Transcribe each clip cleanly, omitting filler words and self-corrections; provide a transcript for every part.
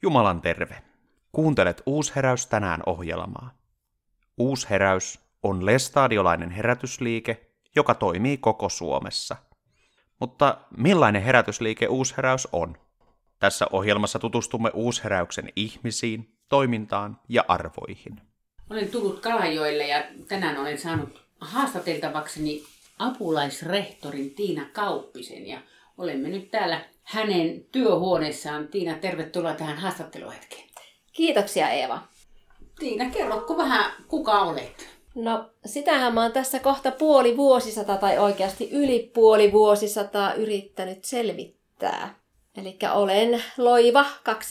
Jumalan terve. Kuuntelet Uusheräys tänään -ohjelmaa. Uusheräys on lestadiolainen herätysliike, joka toimii koko Suomessa. Mutta millainen herätysliike Uusheräys on? Tässä ohjelmassa tutustumme Uusheräyksen ihmisiin, toimintaan ja arvoihin. Olen tullut Kalajoelle ja tänään olen saanut haastateltavakseni apulaisrehtorin Tiina Kauppisen. Ja olemme nyt täällä hänen työhuoneessaan. Tiina, tervetuloa tähän haastatteluhetkeen. Kiitoksia, Eeva. Tiina, kerrotko vähän, kuka olet? No, sitähän mä oon tässä kohta puoli vuosisataa tai oikeasti yli puoli vuosisataa yrittänyt selvittää. Elikkä olen loiva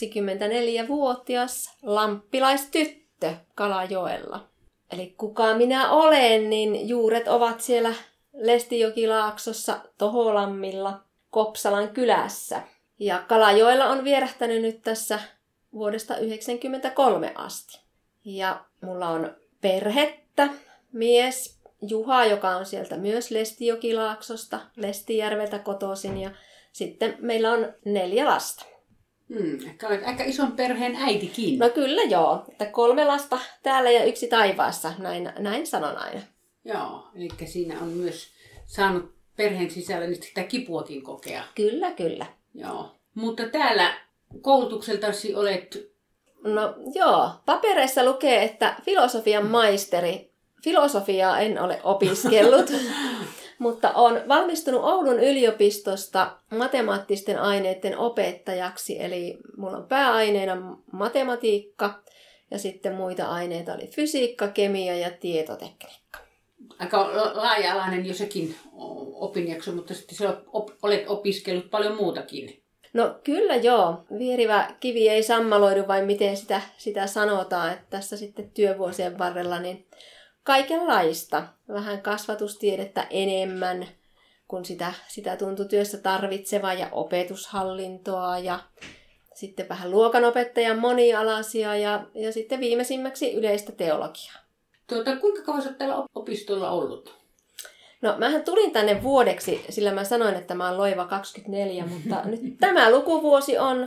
24-vuotias lamppilaistyttö Kalajoella. Eli kuka minä olen, niin juuret ovat siellä Lestijokilaaksossa Toholammilla Kopsalan kylässä. Ja Kalajoella on vierähtänyt nyt tässä vuodesta 1993 asti. Ja mulla on perhettä, mies Juha, joka on sieltä myös Lestijokilaaksosta, Lestijärveltä kotoisin, ja sitten meillä on 4 lasta. Ehkä olet aika ison perheen äitikin. No kyllä joo, että 3 lasta täällä ja 1 taivaassa, näin sanon aina. Joo, eli siinä on myös saanut perheen sisällä nyt sitä kipuakin kokea. Kyllä, kyllä. Joo, mutta täällä koulutukseltasi olet... No joo, papereissa lukee, että filosofian maisteri. Filosofiaa en ole opiskellut, mutta olen valmistunut Oulun yliopistosta matemaattisten aineiden opettajaksi. Eli mulla on pääaineena matematiikka ja sitten muita aineita oli fysiikka, kemia ja tietotekniikka. Aika laaja-alainen jo sekin opinjakso, mutta sitten olet opiskellut paljon muutakin. No kyllä joo. Vierivä kivi ei sammaloidu, vai miten sitä sanotaan, että tässä sitten työvuosien varrella niin kaikenlaista. Vähän kasvatustiedettä enemmän, kun sitä tuntui työssä tarvitsevan, ja opetushallintoa ja sitten vähän luokanopettajan monialaisia ja sitten viimeisimmäksi yleistä teologiaa. Kuinka kauan olet täällä opistolla ollut? No, mähän tulin tänne vuodeksi, sillä mä sanoin, että mä oon loiva 24, mutta nyt tämä lukuvuosi on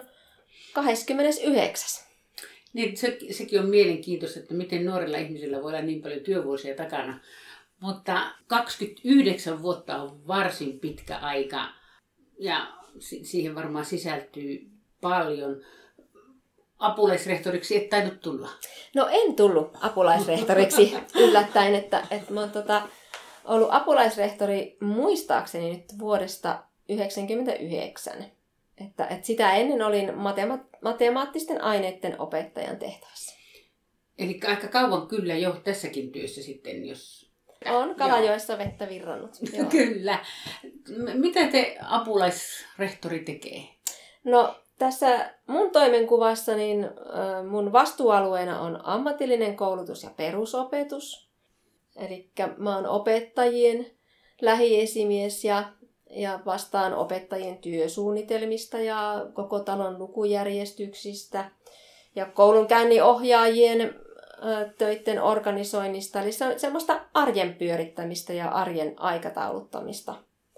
29. Niin, sekin on mielenkiintoista, että miten nuorilla ihmisillä voi olla niin paljon työvuosia takana. Mutta 29 vuotta on varsin pitkä aika ja siihen varmaan sisältyy paljon. Apulaisrehtoriksi et tainnut tulla? No en tullut apulaisrehtoriksi yllättäen, että mä oon ollut apulaisrehtori muistaakseni nyt vuodesta 1999. Että sitä ennen olin matemaattisten aineiden opettajan tehtävässä. Eli aika kauan kyllä jo tässäkin työssä sitten, jos... On Kalajoessa vettä virrannut. Kyllä. Mitä te apulaisrehtori tekee? No tässä mun toimenkuvassa niin mun vastuualueena on ammatillinen koulutus ja perusopetus. Eli mä oon opettajien lähiesimies ja vastaan opettajien työsuunnitelmista ja koko talon lukujärjestyksistä ja koulunkäynninohjaajien töiden organisoinnista. Eli se on semmoista arjen pyörittämistä ja arjen aikatauluttamista.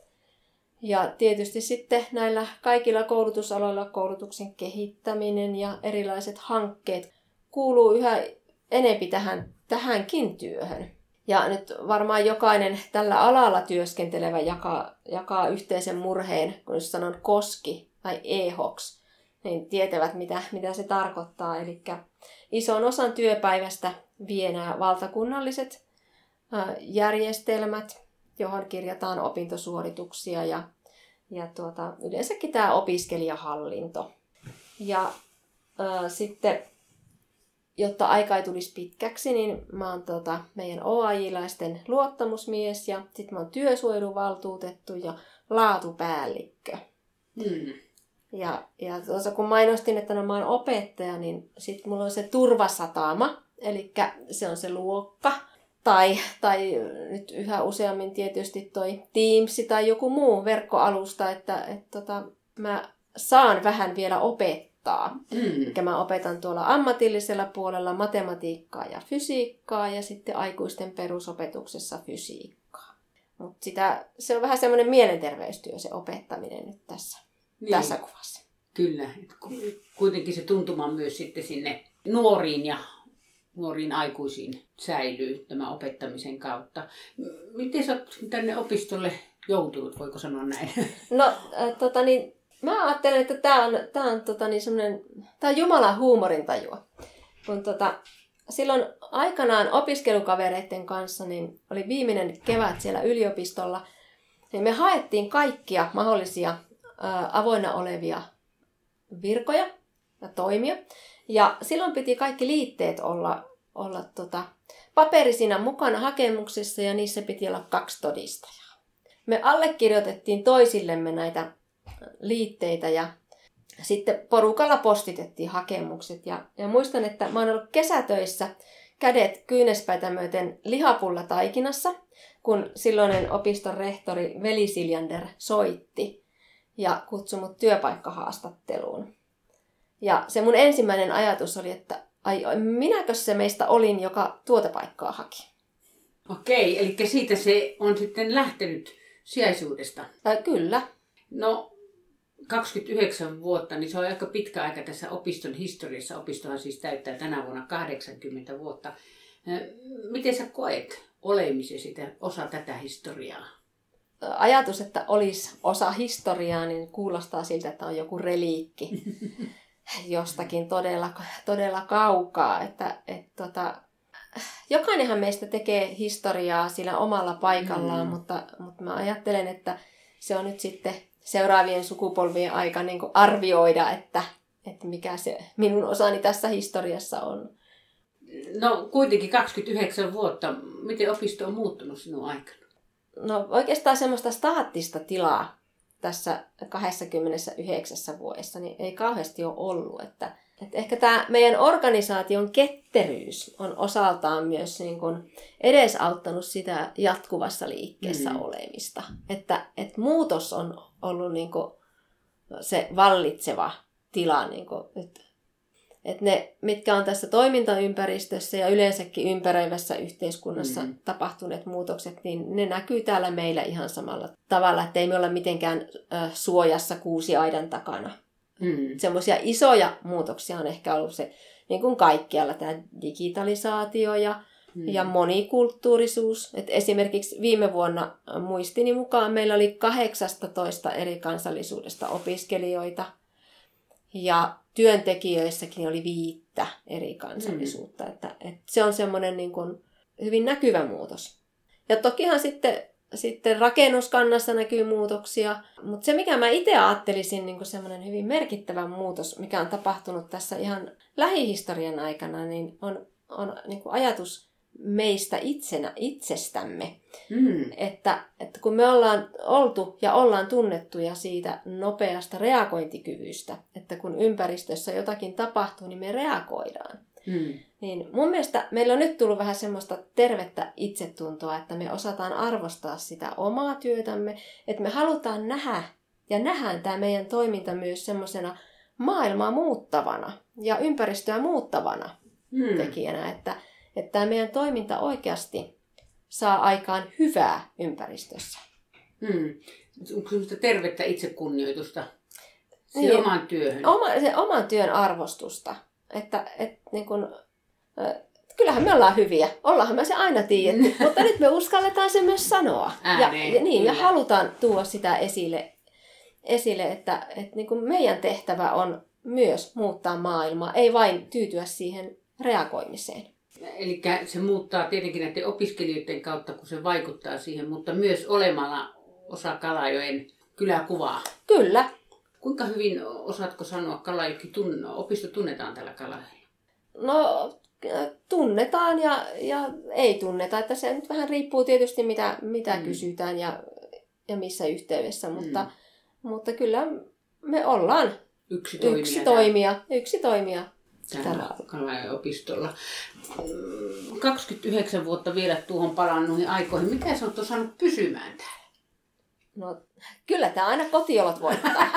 Ja tietysti sitten näillä kaikilla koulutusaloilla koulutuksen kehittäminen ja erilaiset hankkeet kuuluu yhä enempi tähänkin työhön. Ja nyt varmaan jokainen tällä alalla työskentelevä jakaa yhteisen murheen, kun jos sanon koski tai EHOX, niin tietävät mitä se tarkoittaa. Eli ison osan työpäivästä vie nämä valtakunnalliset järjestelmät, johon kirjataan opintosuorituksia ja yleensäkin tämä opiskelijahallinto. Ja sitten, jotta aika ei tulisi pitkäksi, niin mä oon meidän OAJ-läisten luottamusmies ja sitten mä oon työsuojeluvaltuutettu ja laatupäällikkö. Ja kun mainostin, että mä oon opettaja, niin sitten mulla on se turvasatama, eli se on se luokka. Tai nyt yhä useammin tietysti toi Teams tai joku muu verkkoalusta, että mä saan vähän vielä opettaa. Eli mä opetan tuolla ammatillisella puolella matematiikkaa ja fysiikkaa ja sitten aikuisten perusopetuksessa fysiikkaa. Mutta se on vähän semmoinen mielenterveystyö se opettaminen nyt tässä kuvassa. Kyllä. Kuitenkin se tuntuma myös sitten sinne nuoriin ja nuoriin aikuisiin säilyy tämän opettamisen kautta. Miten sä oot tänne opistolle joutunut, voiko sanoa näin? No, mä ajattelen, että tää on Jumalan huumorintajua. Kun silloin aikanaan opiskelukavereiden kanssa niin oli viimeinen kevät siellä yliopistolla, niin me haettiin kaikkia mahdollisia avoinna olevia virkoja ja toimia. Ja silloin piti kaikki liitteet olla paperisina mukana hakemuksessa ja niissä piti olla 2 todistajaa. Me allekirjoitettiin toisillemme näitä liitteitä ja sitten porukalla postitettiin hakemukset. Ja muistan, että mä oon ollut kesätöissä kädet kyynäspäitä myöten lihapulla taikinassa, kun silloinen opiston rehtori Veli Siljander soitti ja kutsui mut työpaikkahaastatteluun. Ja se mun ensimmäinen ajatus oli, että minäkö se meistä olin, joka tuota paikkaa haki. Okei, eli siitä se on sitten lähtenyt sijaisuudesta. Kyllä. No, 29 vuotta, niin se on aika pitkä aika tässä opiston historiassa. Opistohan siis täyttää tänä vuonna 80 vuotta. Miten sä koet olemisesi osa tätä historiaa? Ajatus, että olisi osa historiaa, niin kuulostaa siltä, että on joku reliikki jostakin todella kaukaa. Jokainenhan meistä tekee historiaa sillä omalla paikallaan, mutta mä ajattelen, että se on nyt sitten seuraavien sukupolvien aika niin kuin arvioida, että mikä se minun osani tässä historiassa on. No kuitenkin 29 vuotta. Miten opisto on muuttunut sinun aikana? No oikeastaan semmoista staattista tilaa tässä 29 vuodessa niin ei kauheasti ole ollut. Että ehkä tämä meidän organisaation ketteryys on osaltaan myös niin kuin edesauttanut sitä jatkuvassa liikkeessä olemista. Että muutos on ollut niin kuin se vallitseva tila. Niin kuin, että ne, mitkä on tässä toimintaympäristössä ja yleensäkin ympäröivässä yhteiskunnassa tapahtuneet muutokset, niin ne näkyy täällä meillä ihan samalla tavalla, että ei me olla mitenkään suojassa kuusiaidan takana. Semmoisia isoja muutoksia on ehkä ollut se, niin kuin kaikkialla, tämä digitalisaatio ja monikulttuurisuus. Et esimerkiksi viime vuonna muistini mukaan meillä oli 18 eri kansallisuudesta opiskelijoita ja työntekijöissäkin oli 5 eri kansallisuutta. Että se on semmoinen niin kuin hyvin näkyvä muutos. Ja tokihan sitten rakennuskannassa näkyy muutoksia, mutta se mikä mä itse ajattelisin niin kuin semmoinen hyvin merkittävä muutos, mikä on tapahtunut tässä ihan lähihistorian aikana, niin on niin kuin ajatus meistä itsestämme. Että kun me ollaan oltu ja ollaan tunnettuja siitä nopeasta reagointikyvystä, että kun ympäristössä jotakin tapahtuu, niin me reagoidaan. Niin mun mielestä meillä on nyt tullut vähän semmoista tervettä itsetuntoa, että me osataan arvostaa sitä omaa työtämme, että me halutaan nähdä ja nähdään tämä meidän toiminta myös semmoisena maailmaa muuttavana ja ympäristöä muuttavana tekijänä, että tämä meidän toiminta oikeasti saa aikaan hyvää ympäristössä. Onko semmoista tervettä itsekunnioitusta siihen omaan työhön? Oman työn arvostusta. Niin kun, kyllähän me ollaan hyviä. Ollaanhan me se aina tiedetty, mutta nyt me uskalletaan se myös sanoa. Ja halutaan tuoda sitä esille että niin kun meidän tehtävä on myös muuttaa maailmaa, ei vain tyytyä siihen reagoimiseen. Eli se muuttaa tietenkin näiden opiskelijoiden kautta, kun se vaikuttaa siihen, mutta myös olemalla osa Kalajoen kyläkuvaa. Kyllä. Kuinka hyvin osaatko sanoa Kalajoki opisto tunnetaan täällä Kalajoella? No tunnetaan ja ei tunneta, että se nyt vähän riippuu tietysti mitä kysytään ja missä yhteydessä, mutta kyllä me ollaan yksi toimija. Täällä Kalajoen opistolla. 29 vuotta vielä tuohon palaan noihin aikoihin. Mitä sä oot saanut pysymään täällä? No kyllä tämä aina kotiolot voittaa.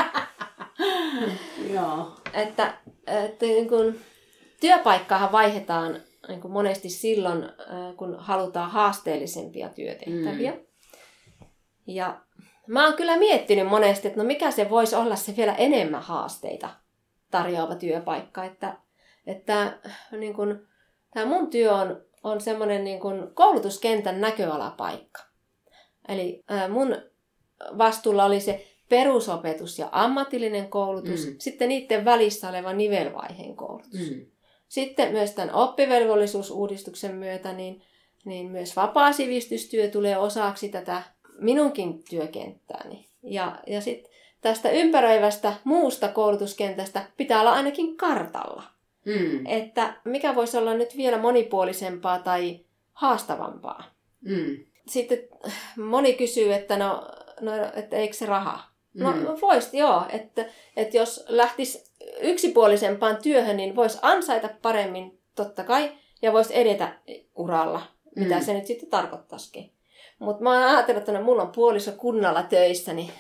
Joo. Että niin kun työpaikkaahan vaihdetaan niin kun monesti silloin, kun halutaan haasteellisempia työtehtäviä. Ja Mä oon kyllä miettinyt monesti, että no mikä se voisi olla se vielä enemmän haasteita tarjoava työpaikka. Että niin kun, tämä mun työ on semmoinen niin kun koulutuskentän näköalapaikka. Eli mun vastuulla oli se perusopetus ja ammatillinen koulutus, sitten niiden välissä oleva nivelvaiheen koulutus. Sitten myös tämän oppivelvollisuusuudistuksen myötä niin myös vapaa-sivistystyö tulee osaksi tätä minunkin työkenttääni. Ja sitten tästä ympäröivästä muusta koulutuskentästä pitää olla ainakin kartalla. Että mikä voisi olla nyt vielä monipuolisempaa tai haastavampaa. Sitten moni kysyy, että että eikö se raha? No voisi, joo. Että jos lähtisi yksipuolisempaan työhön, niin voisi ansaita paremmin totta kai ja voisi edetä uralla, mitä se nyt sitten tarkoittaisikin. Mutta mä oon ajatellut, että mulla on puoliso kunnalla töissä, niin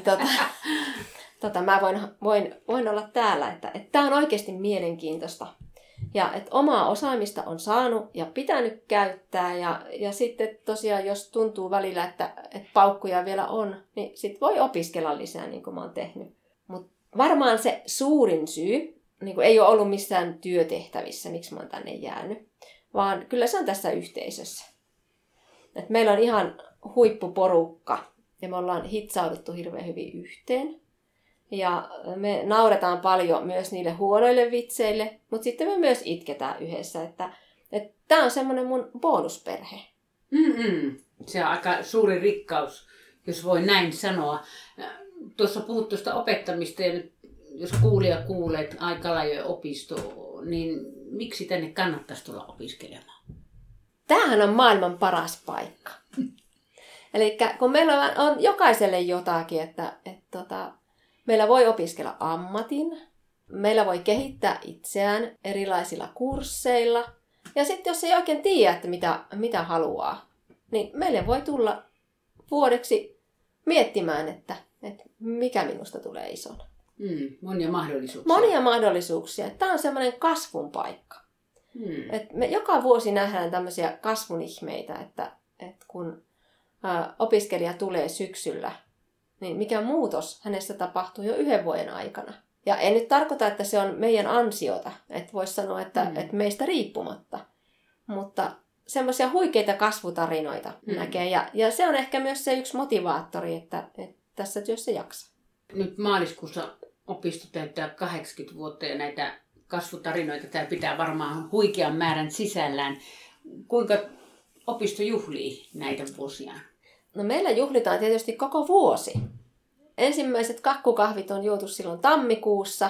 mä voin olla täällä. Että tää on oikeasti mielenkiintoista. Ja että omaa osaamista on saanut ja pitänyt käyttää. Ja sitten tosiaan, jos tuntuu välillä, että paukkuja vielä on, niin sitten voi opiskella lisää, niin kuin mä oon tehnyt. Mutta varmaan se suurin syy niin kuin ei ole ollut missään työtehtävissä, miksi mä oon tänne jäänyt. Vaan kyllä se on tässä yhteisössä. Et meillä on ihan huippuporukka ja me ollaan hitsauduttu hirveän hyvin yhteen. Ja me nauretaan paljon myös niille huonoille vitseille, mutta sitten me myös itketään yhdessä. Että tämä on semmoinen mun bonusperhe. Se on aika suuri rikkaus, jos voi näin sanoa. Tuossa puhut tuosta opettamista ja nyt, jos kuulija kuulee, että Kalajoen opisto, niin miksi tänne kannattaisi tulla opiskelemaan? Tämähän on maailman paras paikka. Eli kun meillä on jokaiselle jotakin, että meillä voi opiskella ammatin, meillä voi kehittää itseään erilaisilla kursseilla. Ja sitten jos ei oikein tiedä, että mitä haluaa, niin meille voi tulla vuodeksi miettimään, että mikä minusta tulee isona. Monia mahdollisuuksia. Monia mahdollisuuksia. Tämä on semmoinen kasvun paikka. Et me joka vuosi nähdään tämmöisiä kasvun ihmeitä, että kun opiskelija tulee syksyllä, niin mikä muutos hänessä tapahtuu jo 1 vuoden aikana. Ja en nyt tarkoita, että se on meidän ansiota, että voisi sanoa, että meistä riippumatta. Mutta semmoisia huikeita kasvutarinoita näkee. Ja se on ehkä myös se yksi motivaattori, että tässä työssä jaksaa. Nyt maaliskuussa opisto täyttää 80 vuotta ja näitä kasvutarinoita tämä pitää varmaan huikean määrän sisällään. Kuinka opisto juhlii näitä vuosia? No meillä juhlitaan tietysti koko vuosi. Ensimmäiset kakkukahvit on juotu silloin tammikuussa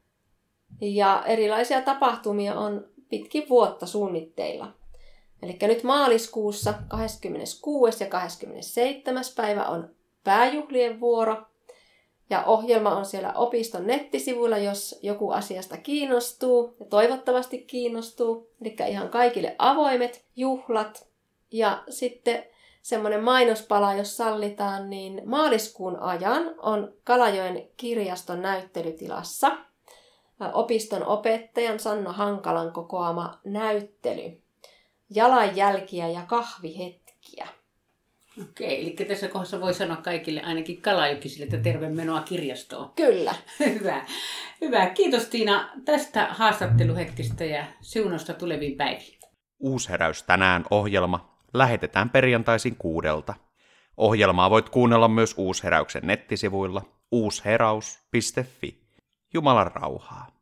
ja erilaisia tapahtumia on pitkin vuotta suunnitteilla. Eli nyt maaliskuussa 26. ja 27. päivä on pääjuhlien vuoro. Ja ohjelma on siellä opiston nettisivuilla, jos joku asiasta kiinnostuu ja toivottavasti kiinnostuu. Eli ihan kaikille avoimet juhlat. Ja sitten semmoinen mainospala, jos sallitaan, niin maaliskuun ajan on Kalajoen kirjaston näyttelytilassa opiston opettajan Sanna Hankalan kokoama näyttely. Jalanjälkiä ja kahvihetkiä. Okei, eli tässä kohdassa voi sanoa kaikille, ainakin kalajokisille, että tervemenoa kirjastoon. Kyllä. Hyvä. Kiitos Tiina tästä haastatteluhetkestä ja siunosta tuleviin päiviin. Uusheräys tänään -ohjelma lähetetään perjantaisin 6. Ohjelmaa voit kuunnella myös Uusheräyksen nettisivuilla uusheraus.fi. Jumalan rauhaa.